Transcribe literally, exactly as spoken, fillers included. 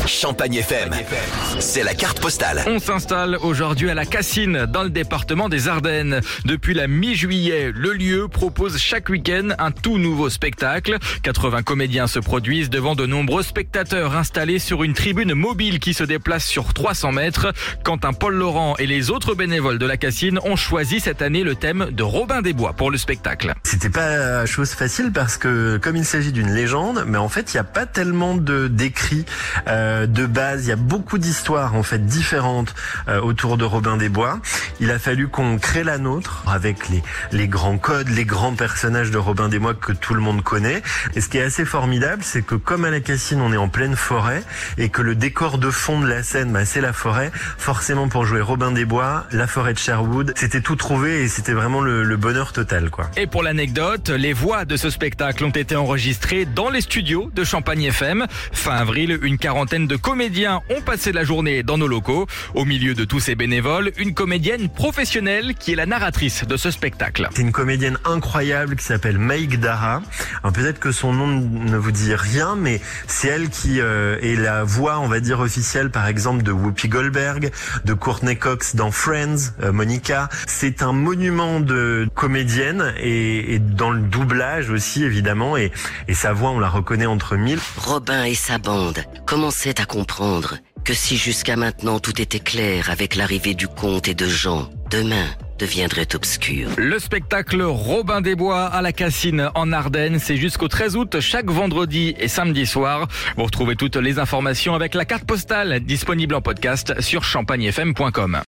Champagne F M, c'est la carte postale. On s'installe aujourd'hui à la Cassine, dans le département des Ardennes. Depuis la mi-juillet, le lieu propose chaque week-end un tout nouveau spectacle. quatre-vingts comédiens se produisent devant de nombreux spectateurs installés sur une tribune mobile qui se déplace sur trois cents mètres. Quentin Paul Laurent et les autres bénévoles de la Cassine ont choisi cette année le thème de Robin des Bois pour le spectacle. C'était pas chose facile parce que comme il s'agit d'une légende, mais en fait il n'y a pas tellement de d'écrits euh, de base. Il y a beaucoup d'histoires en fait différentes euh, autour de Robin des Bois. Il a fallu qu'on crée la nôtre avec les les grands codes, les grands personnages de Robin des Bois que tout le monde connaît. Et ce qui est assez formidable, c'est que comme à la Cassine on est en pleine forêt et que le décor de fond de la scène, bah, c'est la forêt. Forcément pour jouer Robin des Bois, la forêt de Sherwood, c'était tout trouvé et c'était vraiment le, le bonheur total, quoi. Et pour l'anecdote, les voix de ce spectacle ont été enregistrées dans les studios de Champagne F M. Fin avril, une quarantaine de comédiens ont passé la journée dans nos locaux. Au milieu de tous ces bénévoles, une comédienne professionnelle qui est la narratrice de ce spectacle. C'est une comédienne incroyable qui s'appelle Maïk Dara. Alors peut-être que son nom ne vous dit rien, mais c'est elle qui euh, est la voix, on va dire, officielle, par exemple, de Whoopi Goldberg, de Courtney Cox dans Friends, euh, Monica. C'est un monument de comédienne et, et dans le doublage aussi, évidemment, et, et sa voix, on la reconnaît entre mille. Robin et sa bande commençaient à comprendre que si jusqu'à maintenant tout était clair avec l'arrivée du comte et de Jean, demain deviendrait obscur. Le spectacle Robin des Bois à la Cassine en Ardennes, c'est jusqu'au treize août, chaque vendredi et samedi soir. Vous retrouvez toutes les informations avec la carte postale disponible en podcast sur champagne f m point com.